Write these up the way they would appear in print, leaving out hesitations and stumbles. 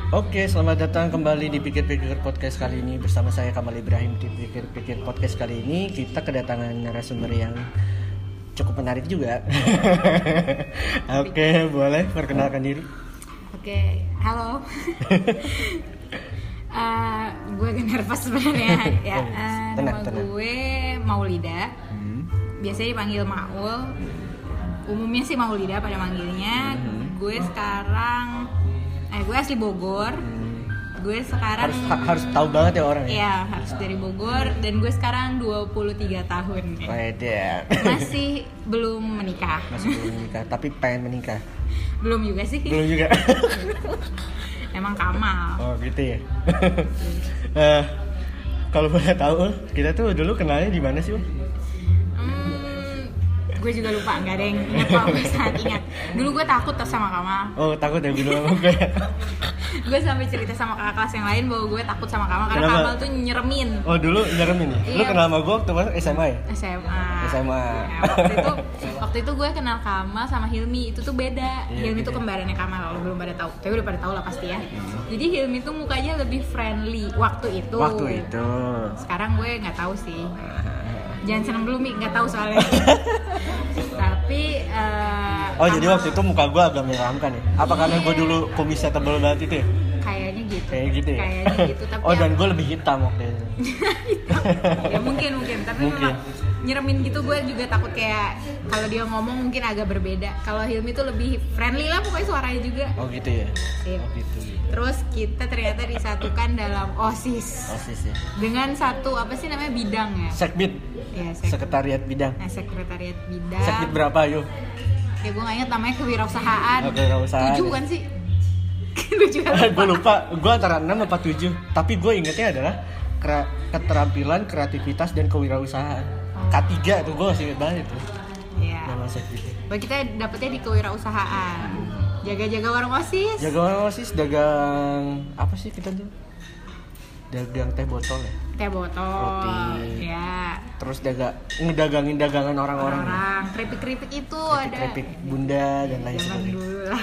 Oke, selamat datang kembali di Pikir-Pikir Podcast kali ini bersama saya Kamal Ibrahim. Di Pikir-Pikir Podcast kali ini kita kedatangan narasumber yang cukup menarik juga. Oke, boleh perkenalkan diri. Oke, halo. Gue agak nervous sebenarnya ya. Nama gue Maulida. Biasanya dipanggil Maul. Umumnya sih Maulida pada manggilnya. Gue sekarang gue asli Bogor. Gue sekarang harus tahu banget ya orang ya. Iya, harus dari Bogor dan gue sekarang 23 tahun. Right, yeah. Masih belum menikah. Tapi pengen menikah. Belum juga sih. Belum juga. Emang Kamal. Oh, gitu ya. Kalau boleh tahu, kita tuh dulu kenalnya di mana sih, Bang? Gue juga lupa, nggak ada yang ingat kalau gue sangat ingat. Dulu gue takut sama Kamal. Oh, takut ya dulu sama gue. Gue sampai cerita sama kakak kelas yang lain bahwa gue takut sama Kamal karena Kenapa? Kamal tuh nyeremin. Oh, dulu nyeremin ya? Lu Iya. kenal sama gue waktu SMA ya? SMA. Ya, waktu itu gue kenal Kamal sama Hilmi, itu tuh beda. Iya, Hilmi beda. tuh kembarannya Kamal, kalau belum pada tahu. Tapi udah pada tahu lah pasti ya. Jadi Hilmi tuh mukanya lebih friendly waktu itu. Sekarang gue nggak tahu sih. Jangan seneng dulu Mi, nggak tahu soalnya. Tapi Jadi waktu itu muka gue agak menyeramkan ya? Apa karena gue dulu kumisnya tebal banget itu ya? Kayaknya gitu. Kayak gitu ya? Kayaknya gitu. Tapi dan gue lebih hitam waktu itu. Ya mungkin. Tapi memang nyeremin gitu, gue juga takut kayak kalau dia ngomong mungkin agak berbeda. Kalau Hilmi tuh lebih friendly lah pokoknya suaranya juga. Oh gitu ya? Sip. Oh gitu. Terus kita ternyata disatukan dalam OSIS. OSIS ya? Dengan satu apa sih namanya bidang ya? Sekbid? Ya, Sekretariat bidang. Sekretariat bidang. Sekbid berapa yuk? Ya gue gak inget namanya, kewirausahaan. Kewirausahaan. 7 kan sih? Gue juga lupa. Gue lupa, gue antara 6 apa 7. Tapi gue ingetnya adalah keterampilan, kreativitas, dan kewirausahaan. K3 tuh, gue masih inget banget itu. Iya. Nama Sekbid. Kita dapetnya di kewirausahaan. Jaga-jaga warung OSIS. Jaga warung OSIS, dagang apa sih kita dulu? Dagang teh botol ya? Teh botol. Roti. Ya. Terus ngedagangin dagangan orang-orang. Keripik-keripik itu Keripik bunda dan lain zaman sebagainya. dulu lah.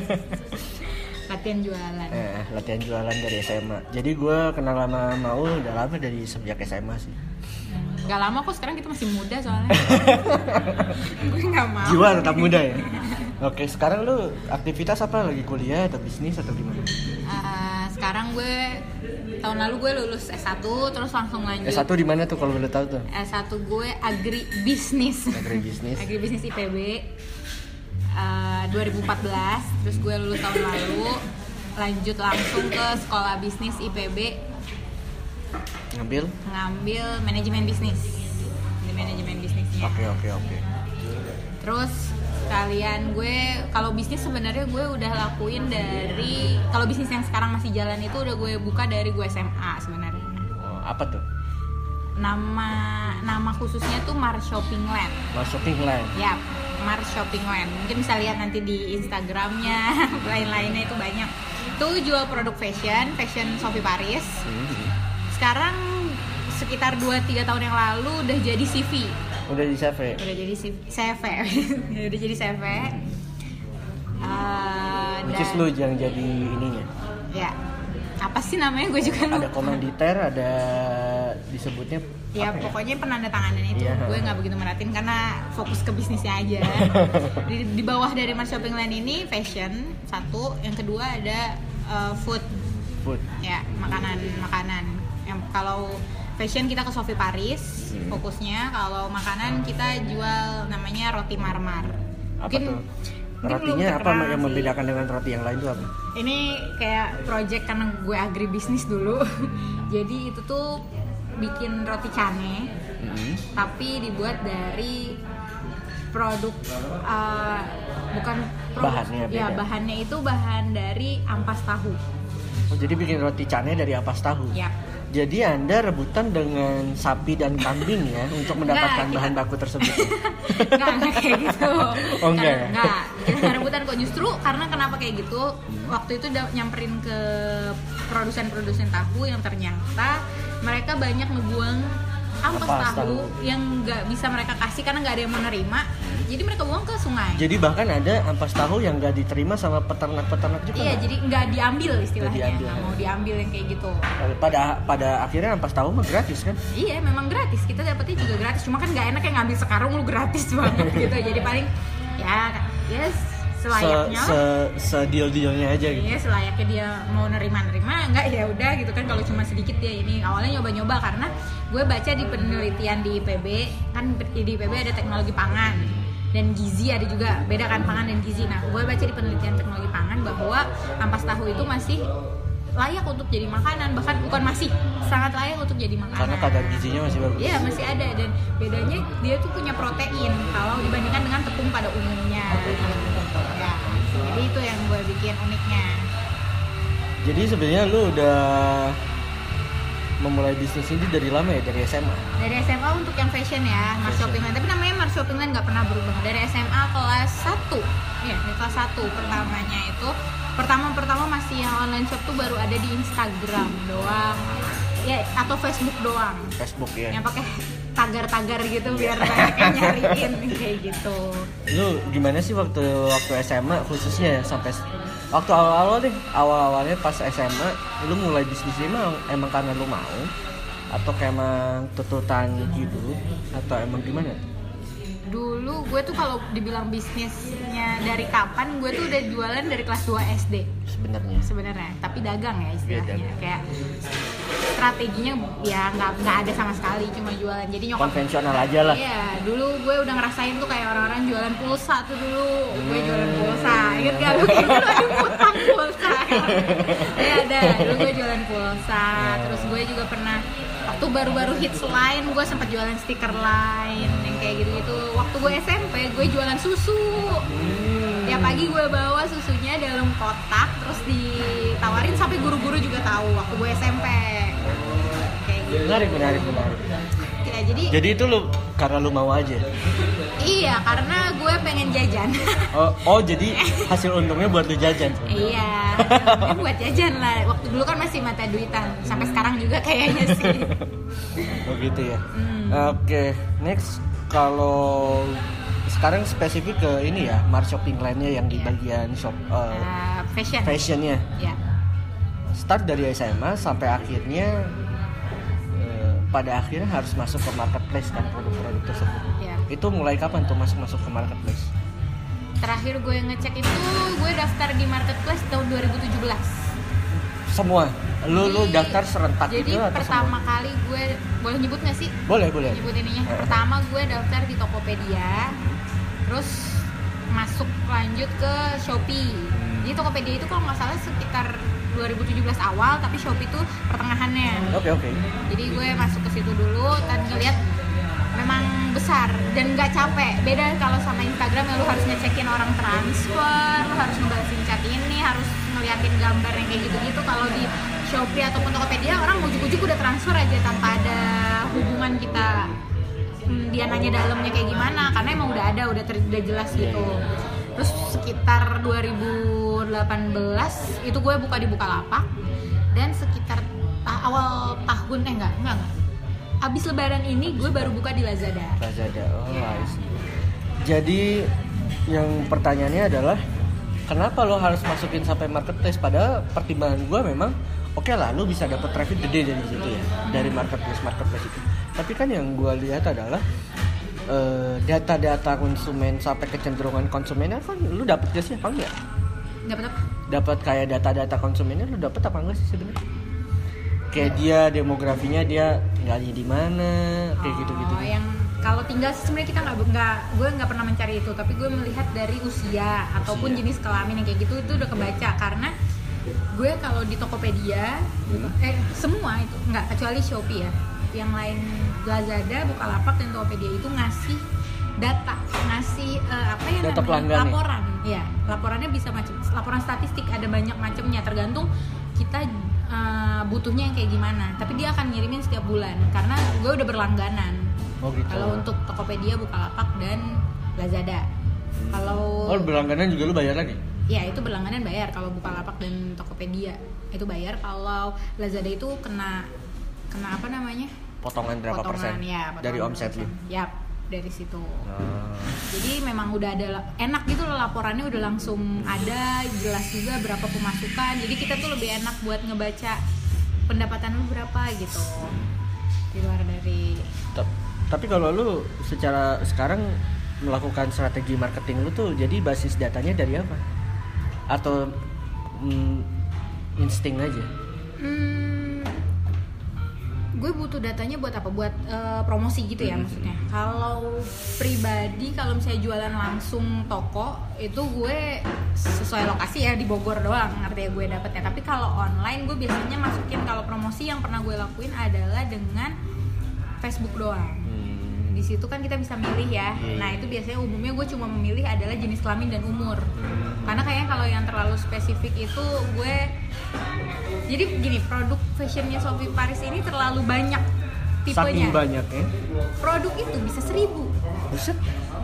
Latihan jualan. Latihan jualan dari SMA. Jadi gue kenal sama Maul udah lama dari sejak SMA sih. Gak lama kok, sekarang kita masih muda soalnya. Gue gak mau. Jiwa tetap muda ya. Oke, sekarang lu aktivitas apa? Lagi kuliah atau bisnis atau gimana? Sekarang gue tahun lalu gue lulus S1 terus langsung lanjut. S1 di mana tuh kalau boleh tahu tuh? S1 gue agribisnis. Agribisnis IPB 2014. Terus gue lulus tahun lalu, lanjut langsung ke sekolah bisnis IPB. Ngambil manajemen bisnis. Di manajemen bisnisnya. Oke. Terus kalian gue kalau bisnis sebenarnya gue udah lakuin dari, kalau bisnis yang sekarang masih jalan itu udah gue buka dari gue SMA sebenarnya. Oh, apa tuh? Nama khususnya tuh Mars Shopping Land. Mars Shopping Land. Ya, Mars Shopping Land. Mungkin bisa lihat nanti di Instagramnya, lain-lainnya itu banyak. Itu jual produk fashion Sophie Paris. Sekarang sekitar 2-3 tahun yang lalu udah jadi CV. Udah di CV. Udah jadi CV. Udah jadi CV. Which is lu yang jadi ininya. Ya. Apa sih namanya gue juga lupa. Ada komanditer, ada disebutnya. Ya pokoknya penandatanganan itu. Iya. Gue nggak begitu merhatiin karena fokus ke bisnisnya aja. di bawah dari Mars Shopping Land ini fashion satu, yang kedua ada food. Ya, makanan. Yang kalau fashion kita ke Sophie Paris fokusnya, kalau makanan kita jual namanya roti marmar. Apa tuh? Rotinya apa yang membedakan dengan roti yang lain tuh apa? Ini kayak project karena gue agribisnis dulu. Jadi itu tuh bikin roti cane, tapi dibuat dari produk bukan produk, bahannya beda. Ya bahannya itu bahan dari ampas tahu. Oh, jadi bikin roti cane dari ampas tahu. Ya. Jadi Anda rebutan dengan sapi dan kambing ya untuk mendapatkan bahan baku tersebut. Enggak kayak gitu. Oh enggak ya? Enggak, kita rebutan kok. Justru karena kenapa kayak gitu, waktu itu nyamperin ke produsen tahu yang ternyata mereka banyak ngebuang ampas tahu yang nggak bisa mereka kasih karena nggak ada yang menerima, jadi mereka buang ke sungai. Jadi bahkan ada ampas tahu yang nggak diterima sama peternak-peternak juga. Iya, jadi nggak diambil istilahnya, nggak mau diambil yang kayak gitu. Pada akhirnya ampas tahu mah gratis kan? Iya, memang gratis, kita dapetnya juga gratis, cuma kan nggak enak yang ngambil sekarung lu gratis banget gitu. Jadi paling ya selayaknya deal-dealnya aja gitu. Iya, selayaknya dia mau nerima enggak ya udah gitu kan. Kalau cuma sedikit dia ini awalnya nyoba-nyoba, karena gue baca di penelitian di IPB kan, di IPB ada teknologi pangan dan gizi, ada juga beda kan pangan dan gizi. Nah, gue baca di penelitian teknologi pangan bahwa ampas tahu itu masih layak untuk jadi makanan, bahkan bukan masih, sangat layak untuk jadi makanan. Karena kadar gizinya masih bagus. Iya, masih ada, dan bedanya dia tuh punya protein kalau dibandingkan dengan tepung pada umumnya. Ya, jadi itu yang gue bikin uniknya. Jadi sebenarnya lu udah memulai bisnis ini dari lama ya, dari SMA? Dari SMA untuk yang fashion ya, Mars Shopping Line. Tapi namanya Mars Shopping Line nggak pernah berubah. Dari SMA kelas 1, ya dari kelas 1 pertamanya itu. Pertama masih yang online shop tuh baru ada di Instagram doang, ya atau Facebook doang. Facebook ya. Yang pakai tagar-tagar gitu biar banyak yang nyariin kayak gitu. Lu gimana sih waktu SMA khususnya ya, sampai waktu awalnya pas SMA lu mulai bisnis ini emang karena lu mau atau kayak emang tuntutan hidup atau emang gimana? Dulu gue tuh kalau dibilang bisnisnya dari kapan, gue tuh udah jualan dari kelas 2 SD sebenarnya, tapi dagang ya istilahnya. Kayak strateginya ya nggak ada sama sekali, cuma jualan. Jadi nyokap konvensional aja lah. Iya, dulu gue udah ngerasain tuh kayak orang-orang jualan pulsa tuh dulu. Gue jualan pulsa, inget gak lu kayak gitu ada utang pulsa? Iya ada, dulu gue jualan pulsa. Terus gue juga pernah waktu baru-baru hits Line, gue sempat jualan stiker Line yang kayak gitu-gitu. Waktu gue SMP, gue jualan susu. Tiap pagi gue bawa susunya dalam kotak, terus ditawarin sampai guru-guru juga tahu waktu gue SMP. Kayak gitu. Menarik. Ya, jadi itu lu karena lu mau aja? Iya, karena gue pengen jajan. Oh jadi hasil untungnya buat lu jajan? Iya, buat jajan lah. Waktu dulu kan masih mata duitan, sampai sekarang juga kayaknya sih. Oh gitu ya. Oke, next kalau sekarang spesifik ke ini ya, Mars Shopping Line-nya yang di bagian shop fashionnya. Yeah. Start dari SMA sampai akhirnya pada akhirnya harus masuk ke marketplace kan, produk-produk tersebut. Yeah. Itu mulai kapan tuh masuk ke marketplace? Terakhir gue ngecek itu gue daftar di marketplace tahun 2017. Semua? Lu daftar serentak jadi gitu atau pertama semua? Kali gue boleh nyebut nggak sih? Boleh. Nyebut ininya. Pertama gue daftar di Tokopedia, terus masuk lanjut ke Shopee. Jadi Tokopedia itu kalau nggak salah sekitar 2017 awal, tapi Shopee itu pertengahannya. Oke. Jadi gue masuk ke situ dulu dan ngeliat memang besar dan nggak capek. Beda kalau sama Instagram yang lu harus ngecekin orang transfer, lu harus ngebalasin chat ini, harus ngeliatin gambar yang kayak gitu-gitu. Kalau di Shopee ataupun Tokopedia orang ujuk-ujuk udah transfer aja tanpa ada hubungan kita. Dia nanya dalamnya kayak gimana, karena emang udah ada, udah jelas gitu. Terus sekitar 2018 itu gue buka di Bukalapak, dan sekitar awal tahun enggak. Abis lebaran ini gue baru buka di Lazada. I see. Jadi yang pertanyaannya adalah kenapa lo harus masukin sampai marketplace? Padahal pertimbangan gue memang oke lah, lo bisa dapat traffic gede dari situ ya, dari marketplace itu. Tapi kan yang gue lihat adalah data-data konsumen sampai kecenderungan konsumennya kan lu dapet gak sih apa enggak? Dapat apa? Dapat kayak data-data konsumennya lu dapet apa enggak sih sebenarnya? Kayak dia demografinya, dia tinggalnya di mana, kayak gitu-gitu. Yang kalau tinggal sebenarnya kita gue nggak pernah mencari itu, tapi gue melihat dari usia ataupun jenis kelamin yang kayak gitu, itu udah kebaca. Karena gue kalau di Tokopedia semua itu nggak, kecuali Shopee ya, yang lain Lazada, Bukalapak dan Tokopedia itu ngasih data, ngasih data pelanggan, laporan ya, laporannya bisa macam laporan statistik, ada banyak macamnya tergantung kita butuhnya yang kayak gimana. Tapi dia akan ngirimin setiap bulan karena gue udah berlangganan. Gitu. Kalau untuk Tokopedia, Bukalapak dan Lazada. Kalau berlangganan juga lu bayar lagi? Ya itu berlangganan bayar. Kalau Bukalapak dan Tokopedia itu bayar. Kalau Lazada itu kena apa namanya? potongan berapa persen ya, dari omset lu? Yap, dari situ. Jadi memang udah ada enak gitu loh, laporannya udah langsung ada, jelas juga berapa pemasukan. Jadi kita tuh lebih enak buat ngebaca pendapatan lu berapa gitu. Di luar dari. Tapi kalau lu secara sekarang melakukan strategi marketing lu tuh jadi basis datanya dari apa? Atau insting aja? Gue butuh datanya buat apa? Buat promosi gitu ya maksudnya. Kalau pribadi, kalau misalnya jualan langsung toko, itu gue sesuai lokasi ya, di Bogor doang artinya gue dapetnya. Tapi kalau online gue biasanya masukin, kalau promosi yang pernah gue lakuin adalah dengan Facebook doang. Di situ kan kita bisa milih ya. Nah itu biasanya umumnya gue cuma memilih adalah jenis kelamin dan umur. Karena kayaknya kalau yang terlalu spesifik itu gue, jadi gini, produk fashionnya Sophie Paris ini terlalu banyak tipenya. Saking banyak ya. Produk itu bisa 1000. Buset.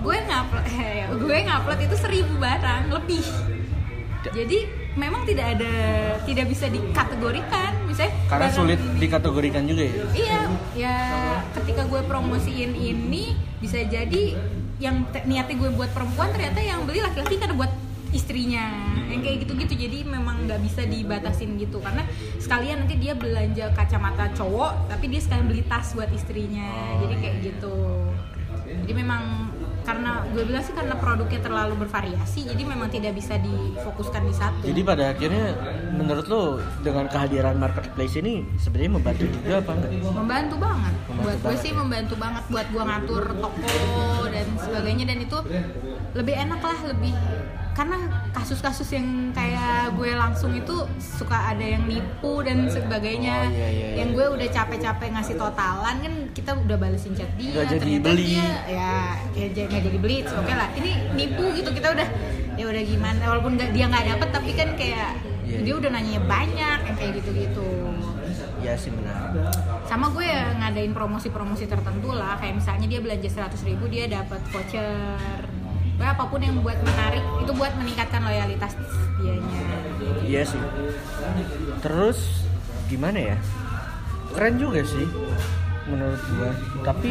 Gue ngupload itu 1000 barang lebih. Jadi memang tidak bisa dikategorikan, misalnya karena sulit dikategorikan juga ya. Iya, ya ketika gue promosiin ini bisa jadi yang niatnya gue buat perempuan ternyata yang beli laki-laki karena buat istrinya, yang kayak gitu-gitu. Jadi memang nggak bisa dibatasin gitu, karena sekalian nanti dia belanja kacamata cowok tapi dia sekalian beli tas buat istrinya. Jadi kayak gitu. Jadi memang karena gue bilang sih karena produknya terlalu bervariasi, jadi memang tidak bisa difokuskan di satu. Jadi pada akhirnya menurut lo dengan kehadiran marketplace ini sebenarnya membantu juga apa enggak? Membantu banget. Buat gue sih membantu banget buat gue ngatur toko dan sebagainya, dan itu lebih enak lah, lebih, karena kasus-kasus yang kayak gue langsung itu suka ada yang nipu dan sebagainya. Iya. Yang gue udah capek-capek ngasih totalan, kan kita udah balesin chat dia, gak jadi ternyata beli. dia nggak jadi beli, oke lah. Ini nipu gitu, kita udah ya udah gimana, walaupun dia nggak dapet tapi kan kayak dia udah nanya banyak yang kayak gitu-gitu. Iya sih benar. Sama gue ya ngadain promosi-promosi tertentu lah, kayak misalnya dia belanja 100.000 dia dapat voucher. Apapun yang buat menarik, itu buat meningkatkan loyalitas dianya. Iya sih. Terus gimana ya? Keren juga sih menurut gue. Tapi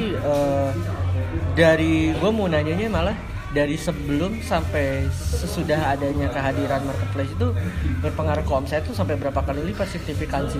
dari gue mau nanyanya malah dari sebelum sampai sesudah adanya kehadiran marketplace itu berpengaruh ke omset itu sampai berapa kali lipat signifikansi?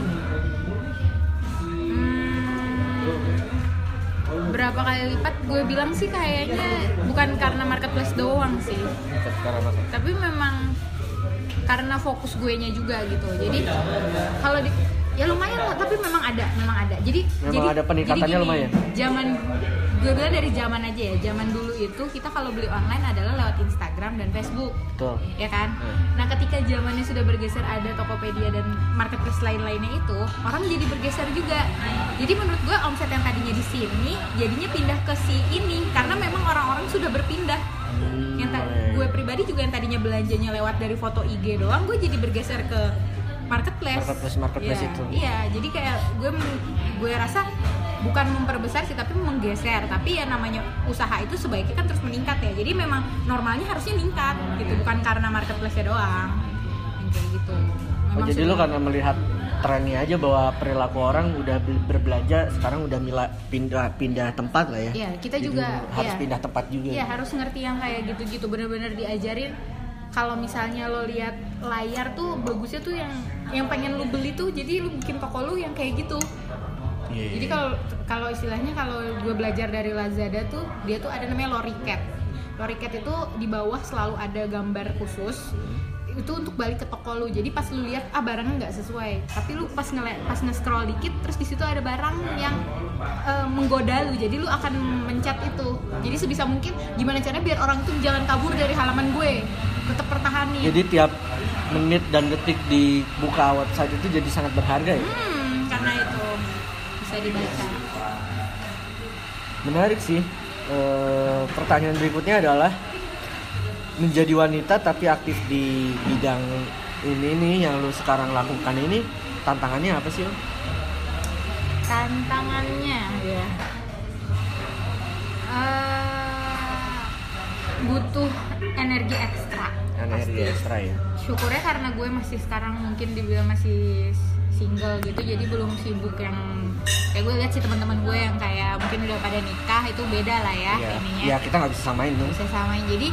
Berapa kali lipat? Gue bilang sih kayaknya bukan karena marketplace doang sih. Tapi memang karena fokus gue nya juga gitu. Jadi kalau ya lumayan lah, tapi memang ada. Jadi ada peningkatannya gini, lumayan. Gue bilang dari zaman aja ya. Zaman dulu itu kita kalau beli online adalah lewat Instagram dan Facebook. Betul. Ya kan? Nah, ketika zamannya sudah bergeser ada Tokopedia dan marketplace lain-lainnya itu, orang jadi bergeser juga. Jadi menurut gue omset yang tadinya di sini jadinya pindah ke si ini karena memang orang-orang sudah berpindah. Gue pribadi juga yang tadinya belanjanya lewat dari foto IG doang, gue jadi bergeser ke marketplace ya, itu. Iya, jadi kayak gue rasa bukan memperbesar sih, tapi menggeser. Tapi ya namanya usaha itu sebaiknya kan terus meningkat ya. Jadi memang normalnya harusnya meningkat gitu, bukan karena marketplace-nya doang. Yang kayak gitu. Memang jadi lo karena melihat trennya aja bahwa perilaku orang udah berbelanja sekarang udah pindah tempat lah ya. Iya, kita jadi juga harus pindah tempat juga. Iya, harus ngerti yang kayak gitu-gitu, benar-benar diajarin. Kalau misalnya lo lihat layar tuh bagusnya tuh yang pengen lo beli tuh, jadi lo bikin toko lo yang kayak gitu. Yeah. Jadi kalau istilahnya kalau gue belajar dari Lazada tuh, dia tuh ada namanya Loricat. Loricat itu di bawah selalu ada gambar khusus. Itu untuk balik ke toko lu. Jadi pas lu lihat barangnya nggak sesuai, tapi lu pas nge-scroll dikit terus di situ ada barang yang menggoda lu. Jadi lu akan mencet itu. Jadi sebisa mungkin gimana caranya biar orang itu jangan kabur dari halaman gue, tetap pertahanin. Jadi tiap menit dan detik di buka website itu jadi sangat berharga ya. Karena itu bisa dibaca. Menarik sih. Pertanyaan berikutnya adalah menjadi wanita tapi aktif di bidang ini nih yang lu sekarang lakukan ini, tantangannya apa sih lo? Tantangannya ya butuh energi ekstra. Energi ekstra ya. Syukurnya karena gue masih sekarang mungkin dibilang masih single gitu, jadi belum sibuk yang kayak gue lihat sih teman-teman gue yang kayak mungkin udah pada nikah, itu beda lah ya ininya. Iya, kita nggak bisa samain dong. Bisa samain. Jadi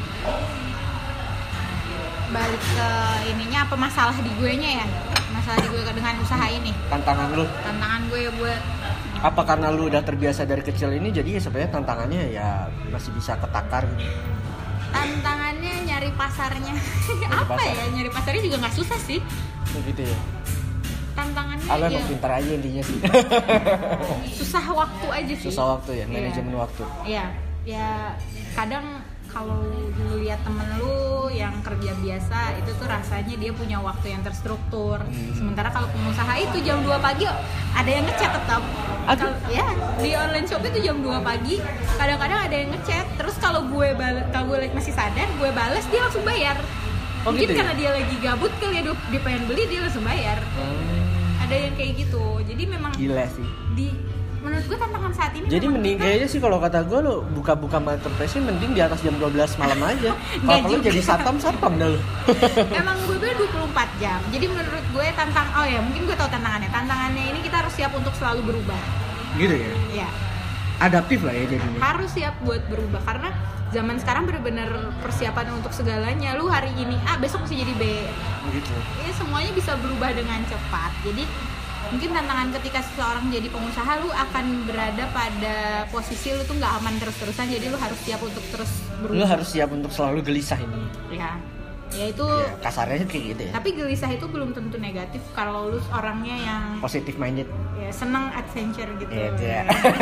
balik ke ininya, apa masalah di gue nya ya? Masalah di gue dengan usaha ini. Tantangan gue buat apa karena lu udah terbiasa dari kecil ini, jadi sebenarnya tantangannya ya masih bisa ketakar gitu. Tantangannya nyari pasarnya. Nyari pasarnya juga nggak susah sih. Begitu ya. Tantangannya Ala emang pintar aja intinya sih. Susah waktu aja sih. Susah waktu ya, manajemen waktu. Iya, ya kadang kalau lu lihat temen lu yang kerja biasa itu tuh rasanya dia punya waktu yang terstruktur. Sementara kalau pengusaha itu jam 2 pagi ada yang ngechat tetap. Ya, di online shop itu jam 2 pagi kadang-kadang ada yang ngechat. Terus kalau gue masih sadar, gue balas, dia langsung bayar. Mungkin gitu karena dia lagi gabut kali ya, dia pengen beli, dia langsung bayar. Ada yang kayak gitu. Jadi memang gila sih. Menurut gue tantangan saat ini. Jadi mending kayaknya sih kalau kata gue, lo buka-buka marketplace mending di atas jam 12 malam aja. Kalau perlu jadi satpam dah lo. Emang gue 24 jam. Jadi menurut gue mungkin gue tahu tantangannya. Tantangannya ini kita harus siap untuk selalu berubah. Gitu ya? Iya. Adaptif lah ya jadinya. Harus siap buat berubah karena zaman sekarang benar-benar persiapan untuk segalanya. Lu hari ini A, besok mesti jadi B. Gitu. Ya semuanya bisa berubah dengan cepat. Jadi mungkin tantangan ketika seseorang jadi pengusaha, lu akan berada pada posisi lu tuh nggak aman terus-terusan, jadi lu harus siap untuk terus berubah. Lu harus siap untuk selalu gelisah ini. Ya itu ya, kasarnya kayak gitu ya. Tapi gelisah itu belum tentu negatif kalau lu orangnya yang positive minded. Ya, senang adventure gitu. Ya.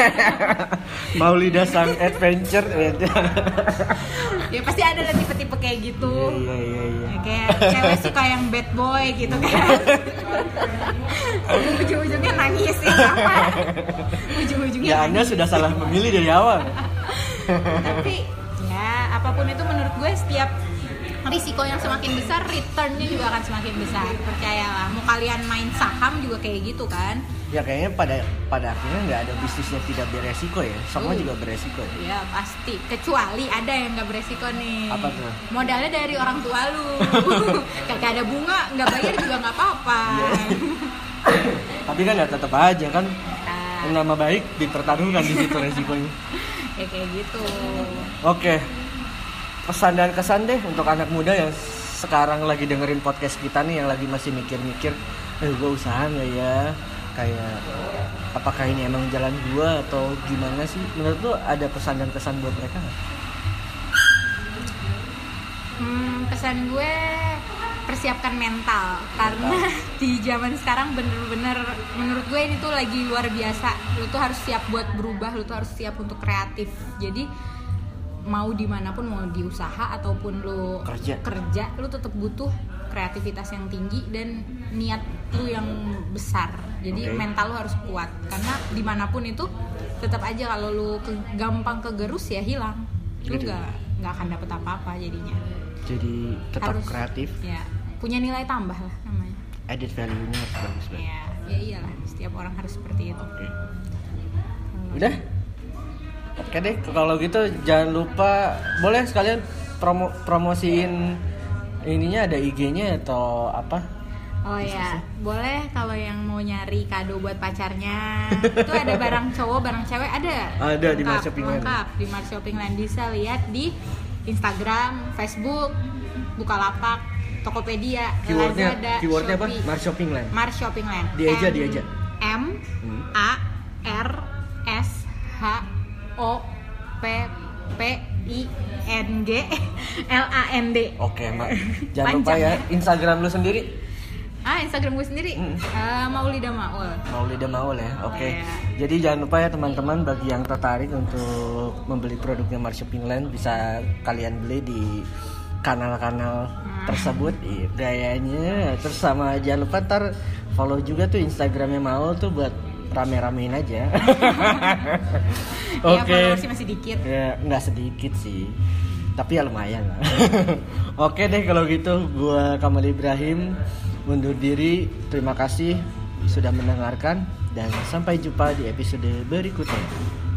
Mau lidah sang adventure. Ya pasti ada lah tipe-tipe kayak gitu. Iya. Ya, kayak cewek suka yang bad boy gitu kan. Ujung-ujungnya nangis sih apa? Ujung-ujungnya ya Anda sudah salah memilih dari awal. Tapi ya apapun itu menurut gue setiap risiko yang semakin besar, returnnya juga akan semakin besar. Percayalah, mau kalian main saham juga kayak gitu kan. Ya kayaknya pada akhirnya nggak ada bisnis yang tidak beresiko ya. Semua juga beresiko ya. Ya pasti, kecuali ada yang nggak beresiko nih. Apa tuh? Modalnya dari orang tua lu. Kagak ada bunga, nggak bayar juga nggak apa-apa. Tapi kan ya tetap aja kan. Nama baik dipertaruhkan di situ resikonya. Ya kayak gitu. Oke. Pesan dan kesan deh untuk anak muda yang sekarang lagi dengerin podcast kita nih, yang lagi masih mikir-mikir, gue usaha nggak ya? Kayak apakah ini emang jalan gue atau gimana sih? Menurut lo ada pesan dan kesan buat mereka nggak? Pesan gue persiapkan mental karena di zaman sekarang bener-bener menurut gue ini tuh lagi luar biasa. Lo tuh harus siap buat berubah, lo tuh harus siap untuk kreatif. Jadi mau dimanapun, mau di usaha ataupun lu kerja lu tetap butuh kreativitas yang tinggi dan niat lu yang besar. Jadi mental lu harus kuat karena dimanapun itu tetap aja kalau lu gampang kegerus ya hilang. Lu nggak akan dapet apa-apa jadinya. Jadi tetap harus, kreatif. Ya, punya nilai tambah lah namanya. Added value-nya harus bagus banget. Ya iyalah, setiap orang harus seperti itu. Udah? Oke deh, kalau gitu jangan lupa, boleh sekalian promosiin ininya, ada IG-nya atau apa? Oh ya, boleh kalau yang mau nyari kado buat pacarnya. Itu ada barang cowok, barang cewek ada. Ada lengkap, di Mars Shopping Land. Lengkap di Mars Shopping Land, bisa lihat di Instagram, Facebook, Bukalapak, Tokopedia, Lazada, keywordnya apa? Mars Shopping Land. Mars Shopping Land. Dia aja. M A R S H O P P I N G L A N D. Oke, jangan lupa ya Instagram lu sendiri. Instagram gue sendiri Maulida Maul ya. Oke. Jadi jangan lupa ya teman-teman, bagi yang tertarik untuk membeli produknya Mars Shopping Land, bisa kalian beli di kanal-kanal tersebut. Gayanya. Terus sama jangan lupa ntar follow juga tuh Instagramnya Maul tuh buat rame-ramein aja. Oke. Ya, masih dikit. Ya, nggak sedikit sih. Tapi ya lumayan lah. Oke deh kalau gitu, gua Kamal Ibrahim undur diri. Terima kasih sudah mendengarkan dan sampai jumpa di episode berikutnya.